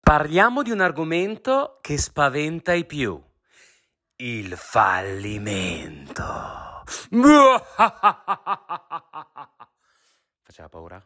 Parliamo di un argomento che spaventa i più: il fallimento. Faceva paura?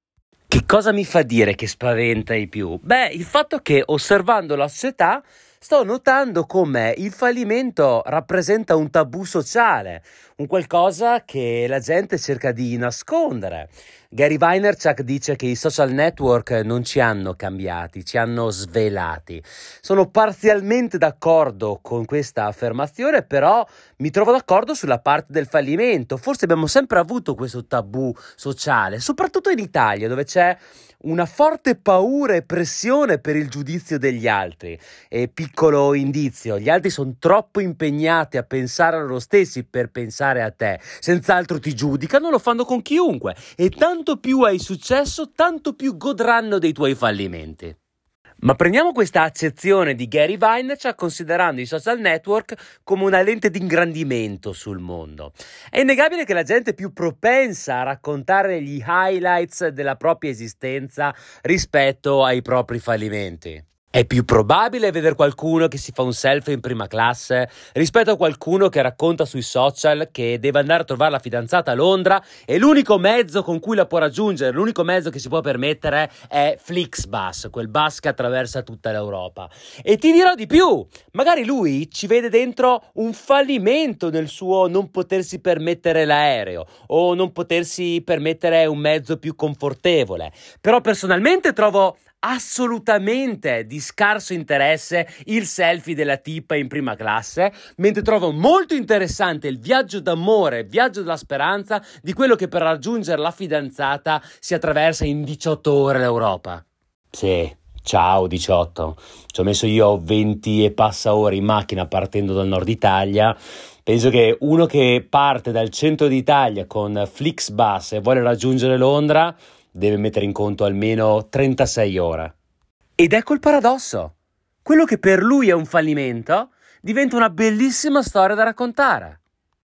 Che cosa mi fa dire che spaventa i più? Il fatto che, osservando la società, sto notando come il fallimento rappresenta un tabù sociale, un qualcosa che la gente cerca di nascondere. Gary Vaynerchuk dice che i social network non ci hanno cambiati, ci hanno svelati. Sono parzialmente d'accordo con questa affermazione, però mi trovo d'accordo sulla parte del fallimento. Forse abbiamo sempre avuto questo tabù sociale, soprattutto in Italia, dove c'è una forte paura e pressione per il giudizio degli altri. E piccolo indizio, gli altri sono troppo impegnati a pensare a loro stessi per pensare a te. Senz'altro ti giudicano, lo fanno con chiunque. E tanto più hai successo, tanto più godranno dei tuoi fallimenti. Ma prendiamo questa accezione di Gary Vaynerchuk considerando i social network come una lente di ingrandimento sul mondo. È innegabile che la gente è più propensa a raccontare gli highlights della propria esistenza rispetto ai propri fallimenti. È più probabile vedere qualcuno che si fa un selfie in prima classe rispetto a qualcuno che racconta sui social che deve andare a trovare la fidanzata a Londra e l'unico mezzo con cui la può raggiungere, l'unico mezzo che si può permettere è Flixbus, quel bus che attraversa tutta l'Europa. E ti dirò di più, magari lui ci vede dentro un fallimento nel suo non potersi permettere l'aereo o non potersi permettere un mezzo più confortevole. Però personalmente trovo assolutamente di scarso interesse il selfie della tipa in prima classe, mentre trovo molto interessante il viaggio d'amore, il viaggio della speranza di quello che per raggiungere la fidanzata si attraversa in 18 ore l'Europa. Sì, ciao 18. Ci ho messo io 20 e passa ore in macchina partendo dal nord Italia. Penso che uno che parte dal centro d'Italia con Flixbus e vuole raggiungere Londra deve mettere in conto almeno 36 ore. Ed ecco il paradosso. Quello che per lui è un fallimento diventa una bellissima storia da raccontare.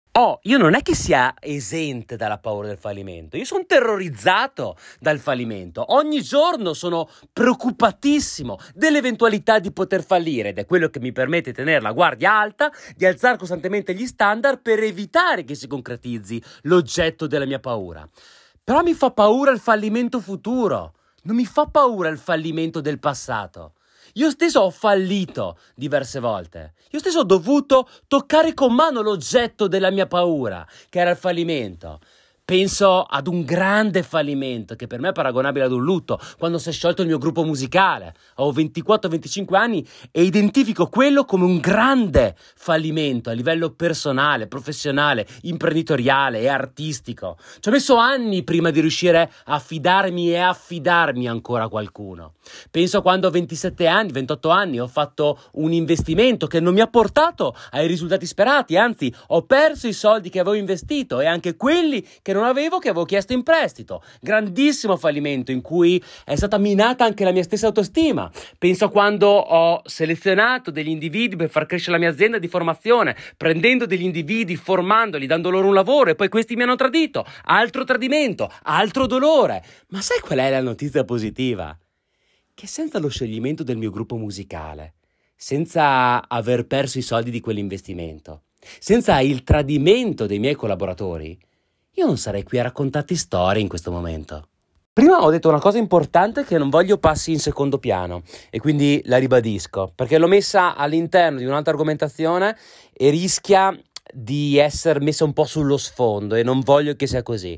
Io non è che sia esente dalla paura del fallimento. Io sono terrorizzato dal fallimento. Ogni giorno sono preoccupatissimo dell'eventualità di poter fallire ed è quello che mi permette di tenere la guardia alta, di alzare costantemente gli standard per evitare che si concretizzi l'oggetto della mia paura. Però mi fa paura il fallimento futuro, non mi fa paura il fallimento del passato. Io stesso ho fallito diverse volte. Io stesso ho dovuto toccare con mano l'oggetto della mia paura, che era il fallimento. Penso ad un grande fallimento che per me è paragonabile ad un lutto, quando si è sciolto il mio gruppo musicale. Ho 24-25 anni e identifico quello come un grande fallimento a livello personale, professionale, imprenditoriale e artistico. Ci ho messo anni prima di riuscire a fidarmi e affidarmi ancora a qualcuno. Penso a quando a 27 anni, 28 anni ho fatto un investimento che non mi ha portato ai risultati sperati, anzi ho perso i soldi che avevo investito e anche quelli che non avevo, che avevo chiesto in prestito. Grandissimo fallimento in cui è stata minata anche la mia stessa autostima. Penso a quando ho selezionato degli individui per far crescere la mia azienda di formazione, prendendo degli individui, formandoli, dando loro un lavoro e poi questi mi hanno tradito. Altro tradimento, altro dolore. Ma sai qual è la notizia positiva? Che senza lo scioglimento del mio gruppo musicale, senza aver perso i soldi di quell'investimento, senza il tradimento dei miei collaboratori, io non sarei qui a raccontarti storie in questo momento. Prima ho detto una cosa importante che non voglio passi in secondo piano e quindi la ribadisco, perché l'ho messa all'interno di un'altra argomentazione e rischia di essere messa un po' sullo sfondo e non voglio che sia così.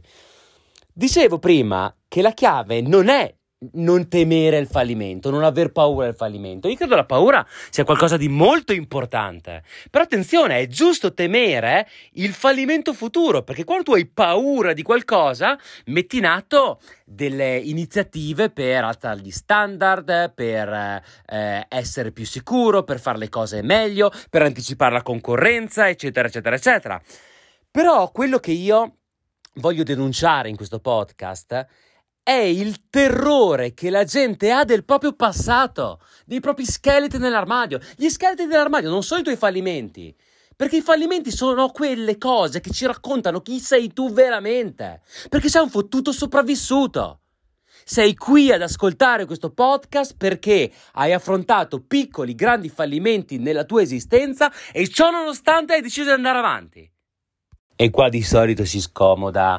Dicevo prima che la chiave non è non temere il fallimento, non aver paura del fallimento. Io credo che la paura sia qualcosa di molto importante. Però attenzione, è giusto temere il fallimento futuro, perché quando tu hai paura di qualcosa, metti in atto delle iniziative per alzare gli standard, per essere più sicuro, per fare le cose meglio, per anticipare la concorrenza, eccetera, eccetera, eccetera. Però quello che io voglio denunciare in questo podcast è il terrore che la gente ha del proprio passato, dei propri scheletri nell'armadio. Gli scheletri nell'armadio non sono i tuoi fallimenti, perché i fallimenti sono quelle cose che ci raccontano chi sei tu veramente, perché sei un fottuto sopravvissuto. Sei qui ad ascoltare questo podcast perché hai affrontato piccoli, grandi fallimenti nella tua esistenza e ciò nonostante hai deciso di andare avanti. E qua di solito si scomoda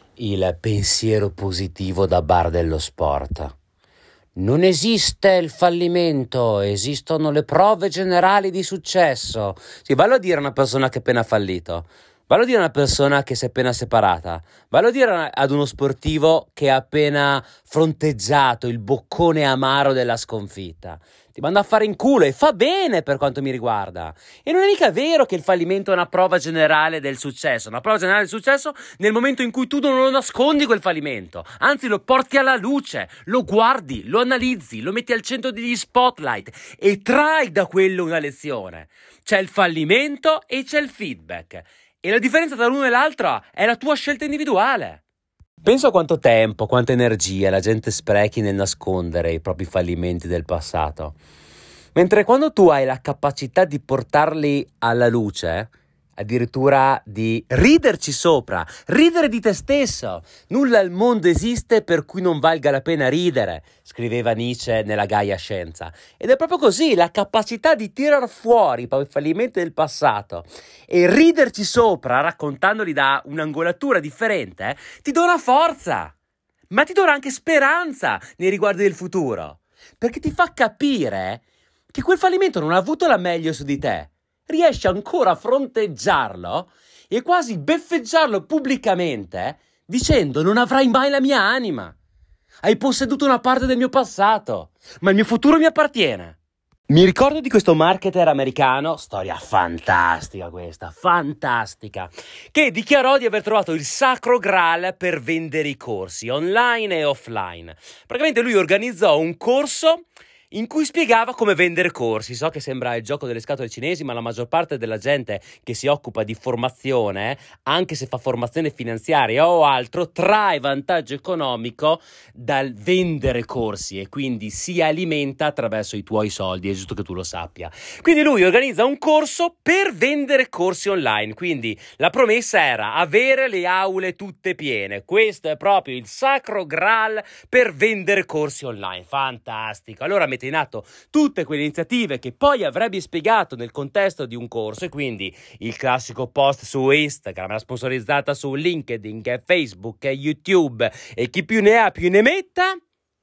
il pensiero positivo da bar dello sport. Non esiste il fallimento, esistono le prove generali di successo. Sì, vallo a dire a una persona che ha appena fallito, vallo a dire a una persona che si è appena separata, vallo a dire ad uno sportivo che ha appena fronteggiato il boccone amaro della sconfitta. Ti manda a fare in culo e fa bene per quanto mi riguarda. E non è mica vero che il fallimento è una prova generale del successo. Una prova generale del successo nel momento in cui tu non lo nascondi quel fallimento. Anzi, lo porti alla luce, lo guardi, lo analizzi, lo metti al centro degli spotlight e trai da quello una lezione. C'è il fallimento e c'è il feedback. E la differenza tra l'uno e l'altro è la tua scelta individuale. Penso a quanto tempo, quanta energia la gente sprechi nel nascondere i propri fallimenti del passato. Mentre quando tu hai la capacità di portarli alla luce, addirittura di riderci sopra, ridere di te stesso. Nulla al mondo esiste per cui non valga la pena ridere, scriveva Nietzsche nella Gaia Scienza. Ed è proprio così, la capacità di tirar fuori i propri fallimenti del passato e riderci sopra, raccontandoli da un'angolatura differente, ti dona forza, ma ti dona anche speranza nei riguardi del futuro, perché ti fa capire che quel fallimento non ha avuto la meglio su di te. Riesci ancora a fronteggiarlo e quasi beffeggiarlo pubblicamente dicendo: non avrai mai la mia anima, hai posseduto una parte del mio passato, ma il mio futuro mi appartiene. Mi ricordo di questo marketer americano, storia fantastica questa, fantastica, che dichiarò di aver trovato il sacro Graal per vendere i corsi online e offline. Praticamente lui organizzò un corso in cui spiegava come vendere corsi. So che sembra il gioco delle scatole cinesi, ma la maggior parte della gente che si occupa di formazione, anche se fa formazione finanziaria o altro, trae vantaggio economico dal vendere corsi e quindi si alimenta attraverso i tuoi soldi, è giusto che tu lo sappia. Quindi lui organizza un corso per vendere corsi online, quindi la promessa era avere le aule tutte piene. Questo è proprio il sacro Graal per vendere corsi online. Fantastico. Allora mette in atto tutte quelle iniziative che poi avrebbe spiegato nel contesto di un corso, e quindi il classico post su Instagram, la sponsorizzata su LinkedIn, Facebook, YouTube e chi più ne ha più ne metta.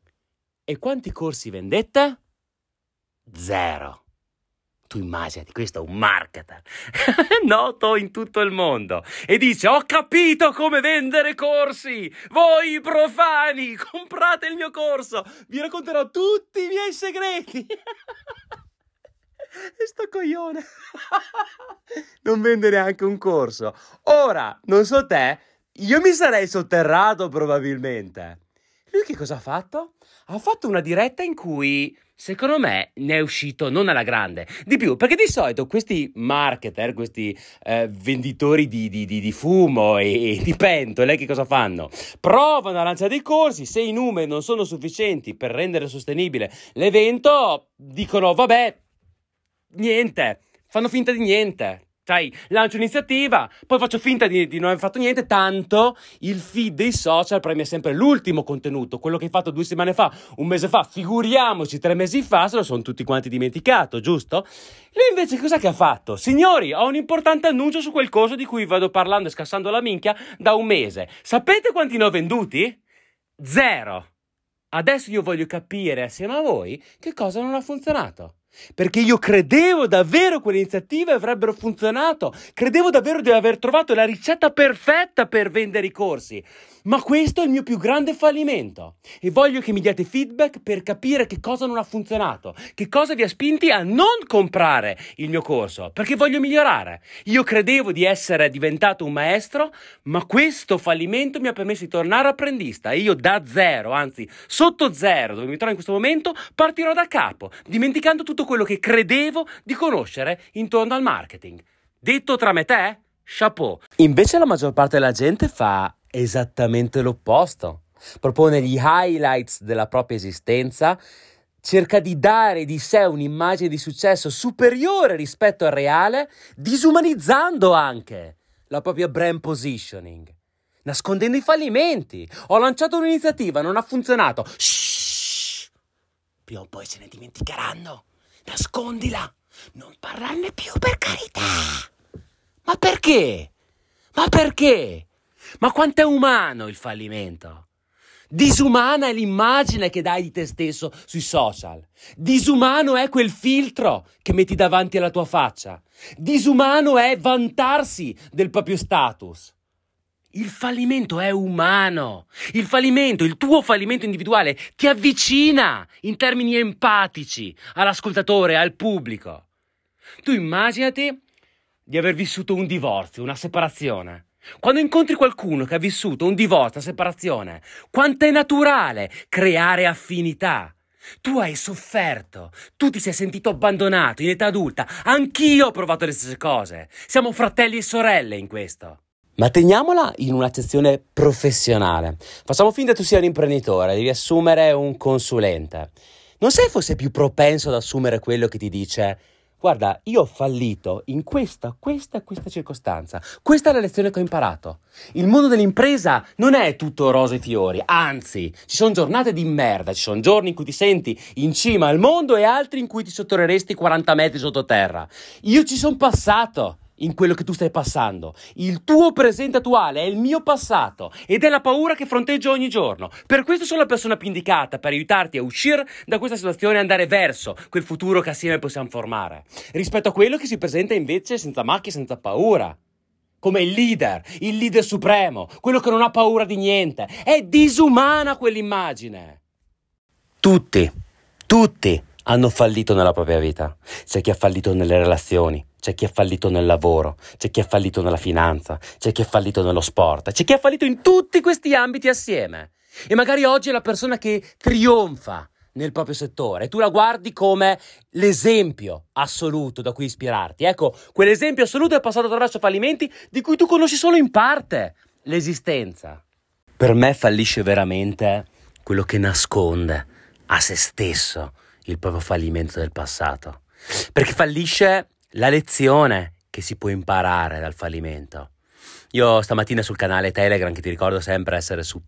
E quanti corsi vendette? Zero. Tu immaginati, questo è un marketer noto in tutto il mondo e dice: ho capito come vendere corsi, voi profani comprate il mio corso, vi racconterò tutti i miei segreti. E sto coglione non vende neanche un corso. Ora, non so te, io mi sarei sotterrato probabilmente. Lui che cosa ha fatto? Ha fatto una diretta in cui, secondo me, ne è uscito non alla grande. Di più, perché di solito questi marketer, questi venditori di fumo e di pentole, che cosa fanno? Provano a lanciare dei corsi, se i numeri non sono sufficienti per rendere sostenibile l'evento, dicono vabbè, niente, fanno finta di niente. Sai, lancio un'iniziativa, poi faccio finta di non aver fatto niente, tanto il feed dei social premia sempre l'ultimo contenuto, quello che hai fatto 2 settimane fa, un mese fa, figuriamoci 3 mesi fa, se lo sono tutti quanti dimenticato, giusto? Lui invece cosa che ha fatto? Signori, ho un importante annuncio su quel corso di cui vado parlando e scassando la minchia da un mese. Sapete quanti ne ho venduti? 0. Adesso io voglio capire assieme a voi che cosa non ha funzionato. Perché io credevo davvero che quelle iniziative avrebbero funzionato, credevo davvero di aver trovato la ricetta perfetta per vendere i corsi, ma questo è il mio più grande fallimento e voglio che mi diate feedback per capire che cosa non ha funzionato, che cosa vi ha spinti a non comprare il mio corso, perché voglio migliorare. Io credevo di essere diventato un maestro, ma questo fallimento mi ha permesso di tornare apprendista e io da zero, anzi sotto zero, dove mi trovo in questo momento, partirò da capo, dimenticando tutto quello che credevo di conoscere intorno al marketing. Detto tra me e te, chapeau. Invece la maggior parte della gente fa esattamente l'opposto. Propone gli highlights della propria esistenza, cerca di dare di sé un'immagine di successo superiore rispetto al reale, disumanizzando anche la propria brand positioning. nascondendo i fallimenti. Ho lanciato un'iniziativa, non ha funzionato. Shhh! Prima o poi se ne dimenticheranno. Nascondila. Non parlarne più, per carità. Ma perché? Ma perché? Ma quanto è umano il fallimento? Disumana è l'immagine che dai di te stesso sui social. Disumano è quel filtro che metti davanti alla tua faccia. Disumano è vantarsi del proprio status. Il fallimento è umano. Il fallimento, il tuo fallimento individuale, ti avvicina in termini empatici all'ascoltatore, al pubblico. Tu immaginati di aver vissuto un divorzio, una separazione. Quando incontri qualcuno che ha vissuto un divorzio, una separazione, quanto è naturale creare affinità. Tu hai sofferto, tu ti sei sentito abbandonato in età adulta, anch'io ho provato le stesse cose. Siamo fratelli e sorelle in questo. Ma teniamola in un'accezione professionale. Facciamo finta tu sia un imprenditore, devi assumere un consulente. Non sei forse più propenso ad assumere quello che ti dice: guarda, io ho fallito in questa circostanza. Questa è la lezione che ho imparato. Il mondo dell'impresa non è tutto rose e fiori, anzi, ci sono giornate di merda, ci sono giorni in cui ti senti in cima al mondo e altri in cui ti sotterreresti 40 metri sottoterra. Io ci sono passato in quello che tu stai passando. Il tuo presente attuale è il mio passato ed è la paura che fronteggio ogni giorno. Per questo sono la persona più indicata per aiutarti a uscire da questa situazione e andare verso quel futuro che assieme possiamo formare, rispetto a quello che si presenta invece senza macchie, senza paura. Come il leader supremo, quello che non ha paura di niente. È disumana quell'immagine. Tutti hanno fallito nella propria vita. C'è chi ha fallito nelle relazioni, c'è chi ha fallito nel lavoro, c'è chi ha fallito nella finanza, c'è chi ha fallito nello sport, c'è chi ha fallito in tutti questi ambiti assieme. E magari oggi è la persona che trionfa nel proprio settore e tu la guardi come l'esempio assoluto da cui ispirarti. Ecco, quell'esempio assoluto è passato attraverso fallimenti di cui tu conosci solo in parte l'esistenza. Per me fallisce veramente quello che nasconde a se stesso il proprio fallimento del passato, perché fallisce la lezione che si può imparare dal fallimento. Io stamattina sul canale Telegram, che ti ricordo sempre essere su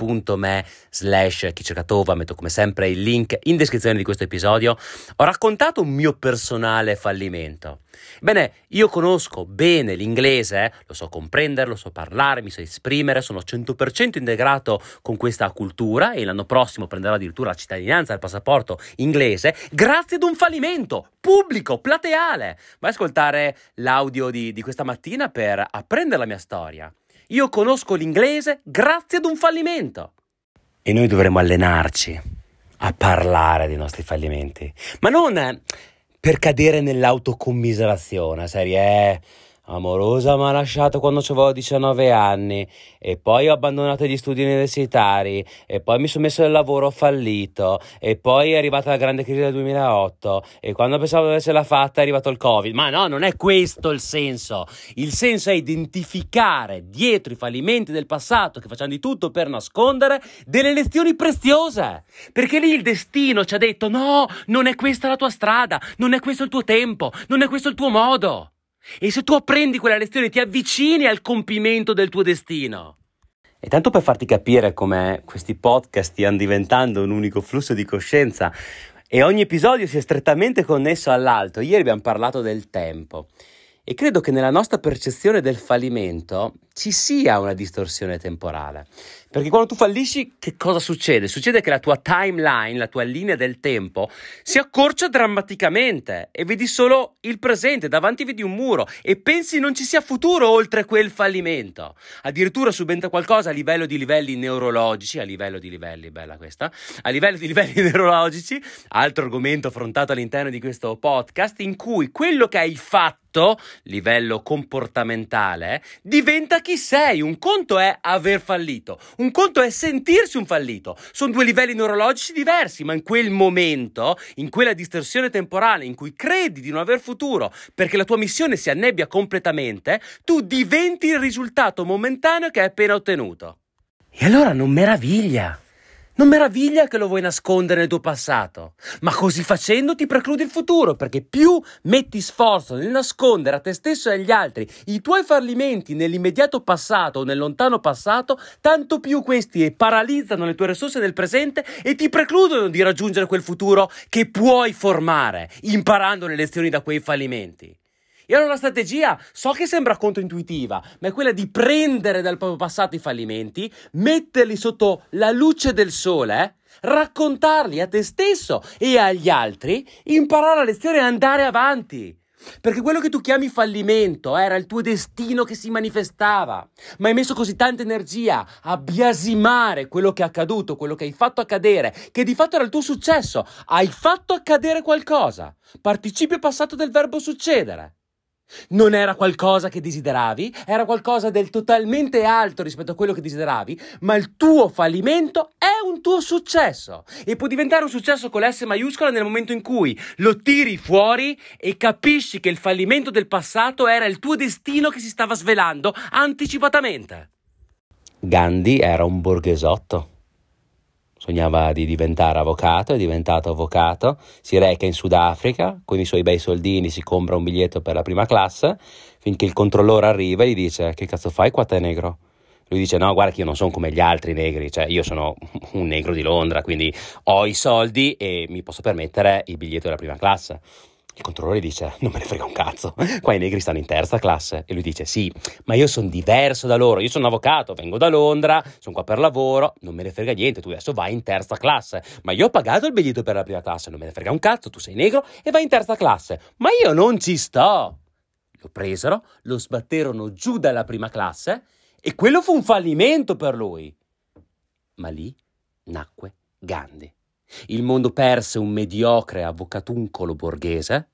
t.me/Chicercatova, metto come sempre il link in descrizione di questo episodio, ho raccontato un mio personale fallimento. Bene, io conosco bene l'inglese, lo so comprendere, lo so parlare, mi so esprimere, sono 100% integrato con questa cultura e l'anno prossimo prenderò addirittura la cittadinanza, il passaporto inglese, grazie ad un fallimento pubblico, plateale. Vai a ascoltare l'audio di questa mattina per apprendere la mia storia. Io conosco l'inglese grazie ad un fallimento. E noi dovremmo allenarci a parlare dei nostri fallimenti, ma non per cadere nell'autocommiserazione, serie amorosa mi ha lasciato quando avevo 19 anni e poi ho abbandonato gli studi universitari e poi mi sono messo nel lavoro, ho fallito e poi è arrivata la grande crisi del 2008 e quando pensavo di avercela fatta è arrivato il Covid. Ma no, non è questo il senso. Il senso è identificare dietro i fallimenti del passato, che facciamo di tutto per nascondere, delle lezioni preziose, perché lì il destino ci ha detto: no, non è questa la tua strada, non è questo il tuo tempo, non è questo il tuo modo. E se tu apprendi quella lezione ti avvicini al compimento del tuo destino. E tanto per farti capire come questi podcast stiano diventando un unico flusso di coscienza e ogni episodio sia strettamente connesso all'altro, ieri abbiamo parlato del tempo e credo che nella nostra percezione del fallimento ci sia una distorsione temporale. Perché quando tu fallisci, che cosa succede? Succede che la tua timeline, la tua linea del tempo, si accorcia drammaticamente e vedi solo il presente, davanti vedi un muro e pensi non ci sia futuro oltre quel fallimento. Addirittura subentra qualcosa a livello di livelli neurologici, a livello di livelli neurologici, altro argomento affrontato all'interno di questo podcast, in cui quello che hai fatto, livello comportamentale, diventa chi sei. Un conto è aver fallito, un conto è sentirsi un fallito. Sono due livelli neurologici diversi, ma in quel momento, in quella distorsione temporale in cui credi di non aver futuro perché la tua missione si annebbia completamente, tu diventi il risultato momentaneo che hai appena ottenuto. E allora non meraviglia Non meraviglia che lo vuoi nascondere nel tuo passato, ma così facendo ti precludi il futuro, perché più metti sforzo nel nascondere a te stesso e agli altri i tuoi fallimenti nell'immediato passato o nel lontano passato, tanto più questi paralizzano le tue risorse nel presente e ti precludono di raggiungere quel futuro che puoi formare, imparando le lezioni da quei fallimenti. E allora la strategia, so che sembra controintuitiva, ma è quella di prendere dal proprio passato i fallimenti, metterli sotto la luce del sole, raccontarli a te stesso e agli altri, imparare la lezione e andare avanti. Perché quello che tu chiami fallimento era il tuo destino che si manifestava, ma hai messo così tanta energia a biasimare quello che è accaduto, quello che hai fatto accadere, che di fatto era il tuo successo. Hai fatto accadere qualcosa. Participio passato del verbo succedere. Non era qualcosa che desideravi, era qualcosa del totalmente alto rispetto a quello che desideravi, ma il tuo fallimento è un tuo successo e può diventare un successo con l'S maiuscola nel momento in cui lo tiri fuori e capisci che il fallimento del passato era il tuo destino che si stava svelando anticipatamente. Gandhi era un borghesotto. Sognava di diventare avvocato, è diventato avvocato, si reca in Sudafrica, con i suoi bei soldini si compra un biglietto per la prima classe, finché il controllore arriva e gli dice: che cazzo fai qua te negro? Lui dice: no, guarda che io non sono come gli altri negri, cioè io sono un negro di Londra, quindi ho i soldi e mi posso permettere il biglietto della prima classe. Il controllore dice: non me ne frega un cazzo, qua i negri stanno in terza classe. E lui dice: sì, ma io sono diverso da loro, io sono un avvocato, vengo da Londra, sono qua per lavoro, non me ne frega niente, tu adesso vai in terza classe. Ma io ho pagato il biglietto per la prima classe, non me ne frega un cazzo, tu sei negro e vai in terza classe. Ma io non ci sto. Lo presero, lo sbatterono giù dalla prima classe e quello fu un fallimento per lui. Ma lì nacque Gandhi. Il mondo perse un mediocre avvocatuncolo borghese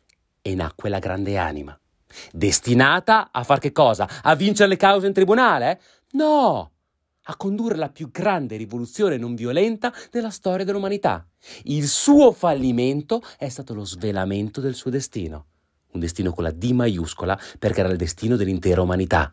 e nacque la grande anima. Destinata a far che cosa? A vincere le cause in tribunale? No! A condurre la più grande rivoluzione non violenta della storia dell'umanità. Il suo fallimento è stato lo svelamento del suo destino. Un destino con la D maiuscola, perché era il destino dell'intera umanità.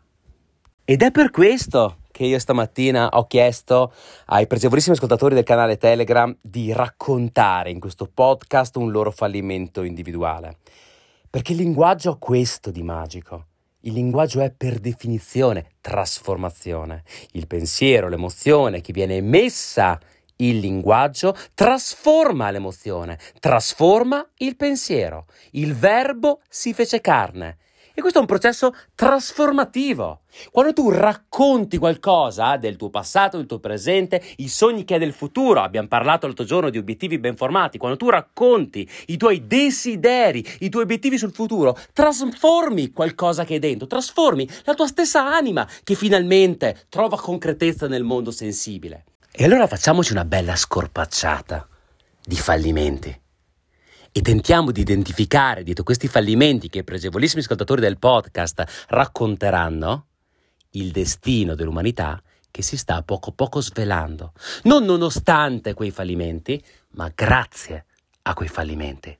Ed è per questo che io stamattina ho chiesto ai pregevolissimi ascoltatori del canale Telegram di raccontare in questo podcast un loro fallimento individuale. Perché il linguaggio ha questo di magico. Il linguaggio è per definizione trasformazione. Il pensiero, l'emozione che viene emessa, il linguaggio trasforma l'emozione, trasforma il pensiero. Il verbo si fece carne. E questo è un processo trasformativo. Quando tu racconti qualcosa del tuo passato, del tuo presente, i sogni che hai del futuro, abbiamo parlato l'altro giorno di obiettivi ben formati, quando tu racconti i tuoi desideri, i tuoi obiettivi sul futuro, trasformi qualcosa che hai dentro, trasformi la tua stessa anima che finalmente trova concretezza nel mondo sensibile. E allora facciamoci una bella scorpacciata di fallimenti. E tentiamo di identificare dietro questi fallimenti che i pregevolissimi ascoltatori del podcast racconteranno il destino dell'umanità che si sta poco a poco svelando. Non nonostante quei fallimenti, ma grazie a quei fallimenti.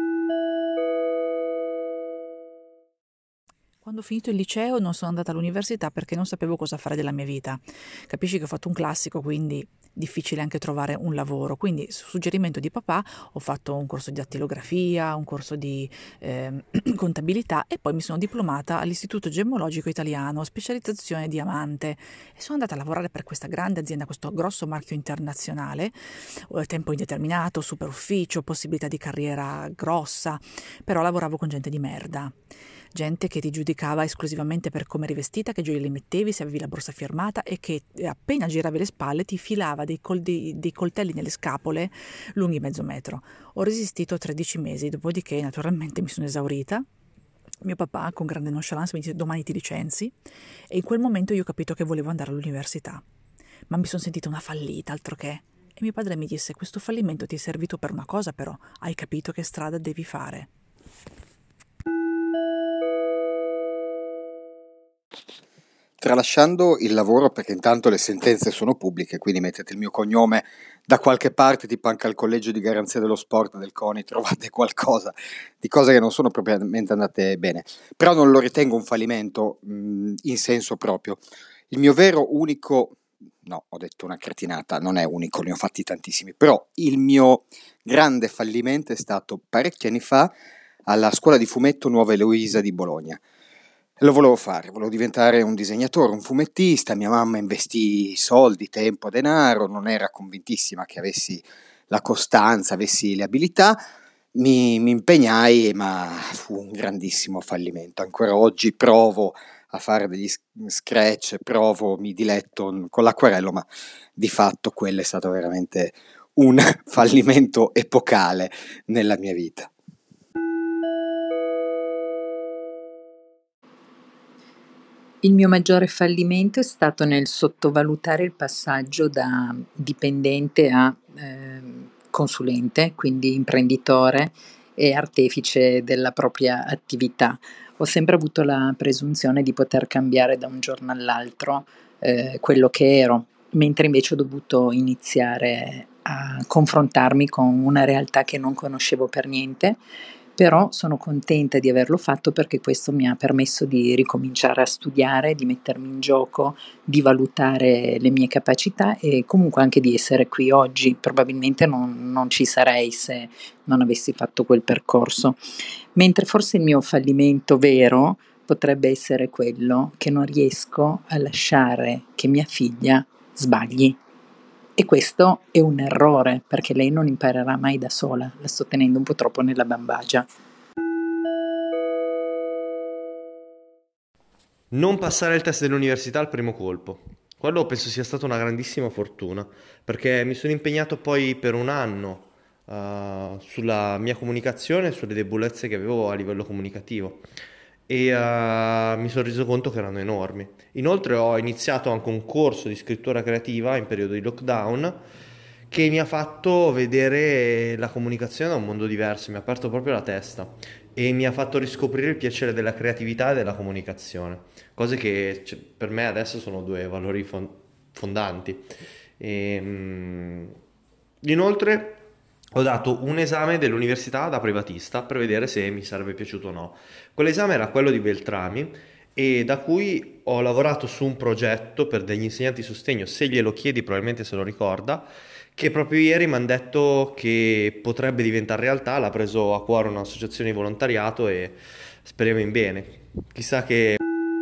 Quando ho finito il liceo non sono andata all'università perché non sapevo cosa fare della mia vita. Capisci che ho fatto un classico, quindi difficile anche trovare un lavoro. Quindi, su suggerimento di papà, ho fatto un corso di dattilografia, un corso di contabilità e poi mi sono diplomata all'Istituto Gemmologico Italiano, specializzazione diamante. E sono andata a lavorare per questa grande azienda, questo grosso marchio internazionale, tempo indeterminato, super ufficio, possibilità di carriera grossa, però lavoravo con gente di merda. Gente che ti giudicava esclusivamente per come eri vestita, che gioielli mettevi, se avevi la borsa firmata e che appena giravi le spalle ti filava dei coltelli nelle scapole lunghi mezzo metro. Ho resistito 13 mesi, dopodiché naturalmente mi sono esaurita. Mio papà con grande nonchalance mi dice: domani ti licenzi, e in quel momento io ho capito che volevo andare all'università, ma mi sono sentita una fallita, altro che. E mio padre mi disse: questo fallimento ti è servito per una cosa, però hai capito che strada devi fare. Tralasciando il lavoro, perché intanto le sentenze sono pubbliche, quindi mettete il mio cognome da qualche parte, tipo anche al collegio di garanzia dello sport del CONI, trovate qualcosa di cose che non sono propriamente andate bene. Però non lo ritengo un fallimento in senso proprio. Il mio vero unico no, ho detto una cretinata, non è unico, ne ho fatti tantissimi, però il mio grande fallimento è stato parecchi anni fa alla scuola di fumetto Nuova Eloisa di Bologna. Lo volevo fare, volevo diventare un disegnatore, un fumettista, mia mamma investì soldi, tempo, denaro, non era convintissima che avessi la costanza, avessi le abilità, mi impegnai, ma fu un grandissimo fallimento. Ancora oggi provo a fare degli scratch, provo, mi diletto con l'acquarello, ma di fatto quello è stato veramente un fallimento epocale nella mia vita. Il mio maggiore fallimento è stato nel sottovalutare il passaggio da dipendente a consulente, quindi imprenditore e artefice della propria attività. Ho sempre avuto la presunzione di poter cambiare da un giorno all'altro quello che ero, mentre invece ho dovuto iniziare a confrontarmi con una realtà che non conoscevo per niente. Però sono contenta di averlo fatto perché questo mi ha permesso di ricominciare a studiare, di mettermi in gioco, di valutare le mie capacità e comunque anche di essere qui oggi. Probabilmente non ci sarei se non avessi fatto quel percorso. Mentre forse il mio fallimento vero potrebbe essere quello che non riesco a lasciare che mia figlia sbagli. E questo è un errore, perché lei non imparerà mai da sola, la sto tenendo un po' troppo nella bambagia. Non passare il test dell'università al primo colpo. Quello penso sia stata una grandissima fortuna, perché mi sono impegnato poi per un anno sulla mia comunicazione e sulle debolezze che avevo a livello comunicativo e mi sono reso conto che erano enormi. Inoltre ho iniziato anche un corso di scrittura creativa in periodo di lockdown che mi ha fatto vedere la comunicazione da un mondo diverso, mi ha aperto proprio la testa e mi ha fatto riscoprire il piacere della creatività e della comunicazione, cose che per me adesso sono due valori fondanti. E, inoltre ho dato un esame dell'università da privatista per vedere se mi sarebbe piaciuto o no. Quell'esame era quello di Beltrami e da cui ho lavorato su un progetto per degli insegnanti di sostegno, se glielo chiedi probabilmente se lo ricorda, che proprio ieri mi hanno detto che potrebbe diventare realtà, l'ha preso a cuore un'associazione di volontariato e speriamo in bene. Chissà che...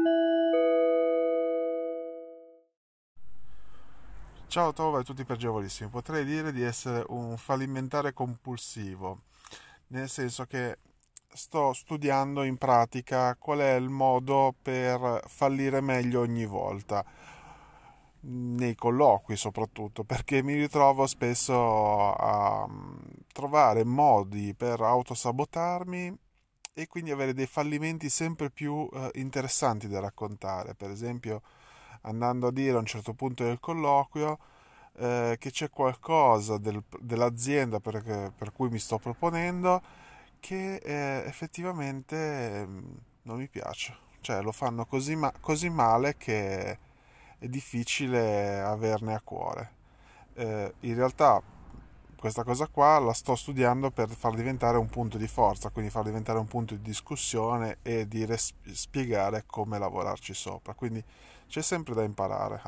Ciao Tove, tutti piacevolissimi. Potrei dire di essere un fallimentare compulsivo, nel senso che sto studiando in pratica qual è il modo per fallire meglio ogni volta, nei colloqui soprattutto, perché mi ritrovo spesso a trovare modi per autosabotarmi e quindi avere dei fallimenti sempre più interessanti da raccontare. Per esempio, andando a dire a un certo punto del colloquio che c'è qualcosa dell'azienda per cui mi sto proponendo che effettivamente non mi piace. Cioè lo fanno così male che è difficile averne a cuore. In realtà questa cosa qua la sto studiando per far diventare un punto di forza, quindi far diventare un punto di discussione e di spiegare come lavorarci sopra. Quindi c'è sempre da imparare.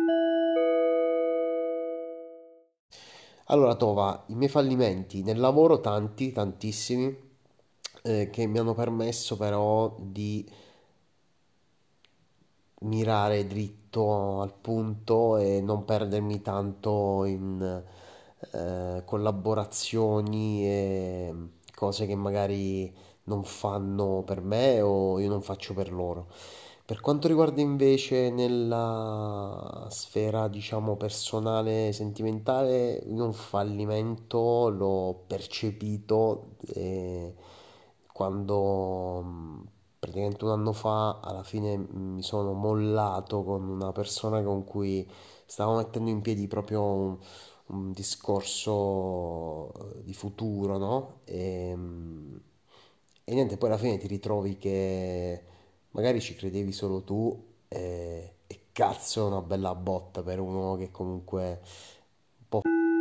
Allora, Tova, i miei fallimenti nel lavoro tanti, tantissimi, che mi hanno permesso però di mirare dritto al punto e non perdermi tanto in collaborazioni e cose che magari non fanno per me o io non faccio per loro. Per quanto riguarda invece nella sfera, diciamo, personale, sentimentale, io un fallimento l'ho percepito quando praticamente un anno fa alla fine mi sono mollato con una persona con cui stavo mettendo in piedi proprio un discorso di futuro, no? E niente, poi alla fine ti ritrovi che magari ci credevi solo tu e cazzo è una bella botta per uno che comunque un po'...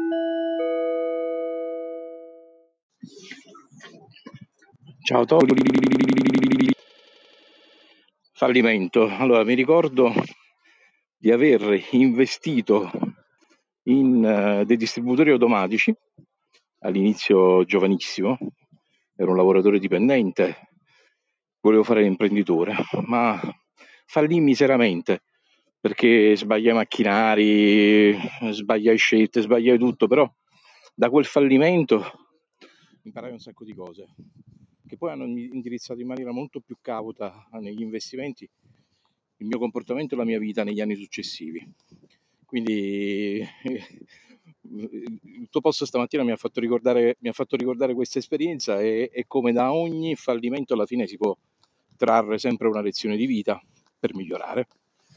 Ciao Tony. Fallimento. Allora, mi ricordo di aver investito in dei distributori automatici, all'inizio giovanissimo, ero un lavoratore dipendente, volevo fare l'imprenditore, ma fallì miseramente perché sbagliai macchinari, sbagliai scelte, sbagliai tutto, però da quel fallimento imparai un sacco di cose che poi hanno indirizzato in maniera molto più cauta negli investimenti il mio comportamento e la mia vita negli anni successivi. Quindi il tuo post stamattina mi ha fatto ricordare questa esperienza e come da ogni fallimento alla fine si può trarre sempre una lezione di vita per migliorare.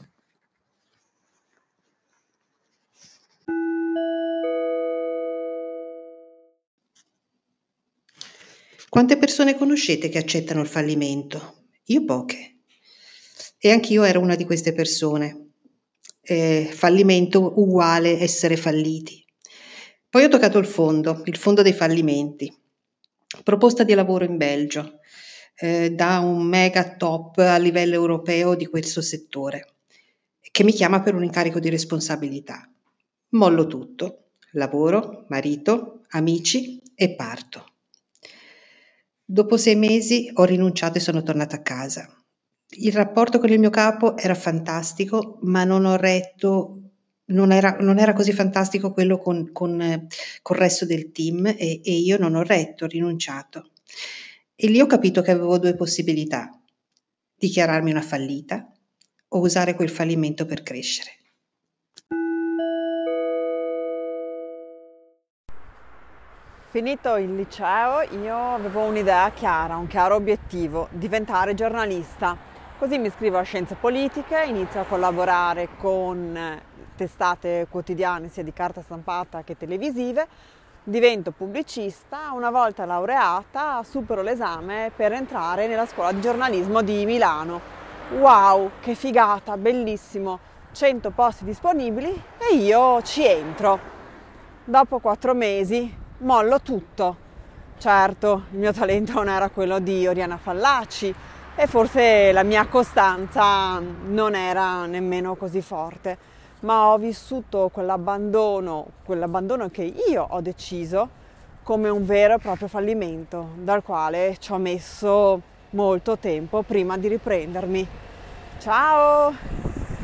Quante persone conoscete che accettano il fallimento? Io poche. E anch'io ero una di queste persone. Fallimento uguale essere falliti. Poi ho toccato il fondo dei fallimenti. Proposta di lavoro in Belgio, da un mega top a livello europeo di questo settore, che mi chiama per un incarico di responsabilità. Mollo tutto, lavoro, marito, amici e parto. Dopo 6 mesi ho rinunciato e sono tornata a casa. Il rapporto con il mio capo era fantastico, ma non era così fantastico quello con il resto del team e io non ho retto, ho rinunciato. E lì ho capito che avevo 2 possibilità: dichiararmi una fallita o usare quel fallimento per crescere. Finito il liceo io avevo un'idea chiara, un chiaro obiettivo: diventare giornalista. Così mi iscrivo a Scienze Politiche, inizio a collaborare con testate quotidiane sia di carta stampata che televisive, divento pubblicista, una volta laureata supero l'esame per entrare nella scuola di giornalismo di Milano. Wow, che figata, bellissimo, 100 posti disponibili e io ci entro. Dopo 4 mesi mollo tutto. Certo, il mio talento non era quello di Oriana Fallaci e forse la mia costanza non era nemmeno così forte, ma ho vissuto quell'abbandono che io ho deciso come un vero e proprio fallimento, dal quale ci ho messo molto tempo prima di riprendermi. Ciao!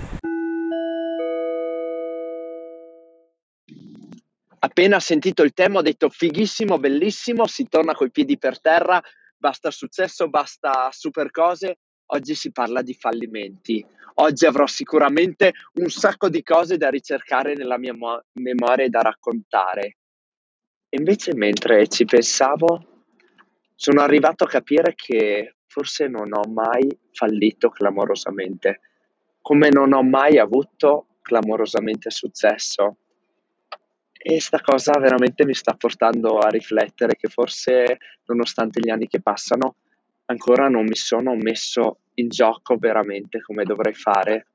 Appena sentito il tema ho detto fighissimo, bellissimo, si torna coi piedi per terra, basta successo, basta super cose. Oggi si parla di fallimenti. Oggi avrò sicuramente un sacco di cose da ricercare nella mia memoria e da raccontare. E invece mentre ci pensavo sono arrivato a capire che forse non ho mai fallito clamorosamente, come non ho mai avuto clamorosamente successo. E sta cosa veramente mi sta portando a riflettere che forse, nonostante gli anni che passano, ancora non mi sono messo in gioco veramente come dovrei fare.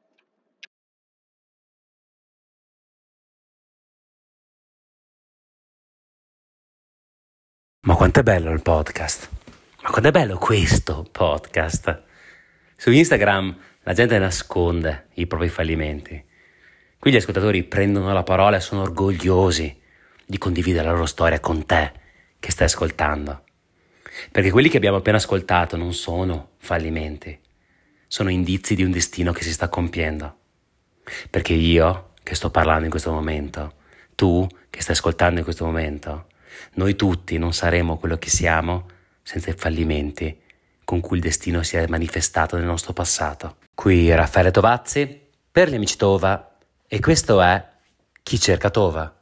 Ma quanto è bello il podcast? Ma quanto è bello questo podcast? Su Instagram la gente nasconde i propri fallimenti. Qui gli ascoltatori prendono la parola e sono orgogliosi di condividere la loro storia con te che stai ascoltando. Perché quelli che abbiamo appena ascoltato non sono fallimenti, sono indizi di un destino che si sta compiendo. Perché io che sto parlando in questo momento, tu che stai ascoltando in questo momento, noi tutti non saremo quello che siamo senza i fallimenti con cui il destino si è manifestato nel nostro passato. Qui Raffaele Tovazzi per gli amici Tova e questo è Chi cerca Tova.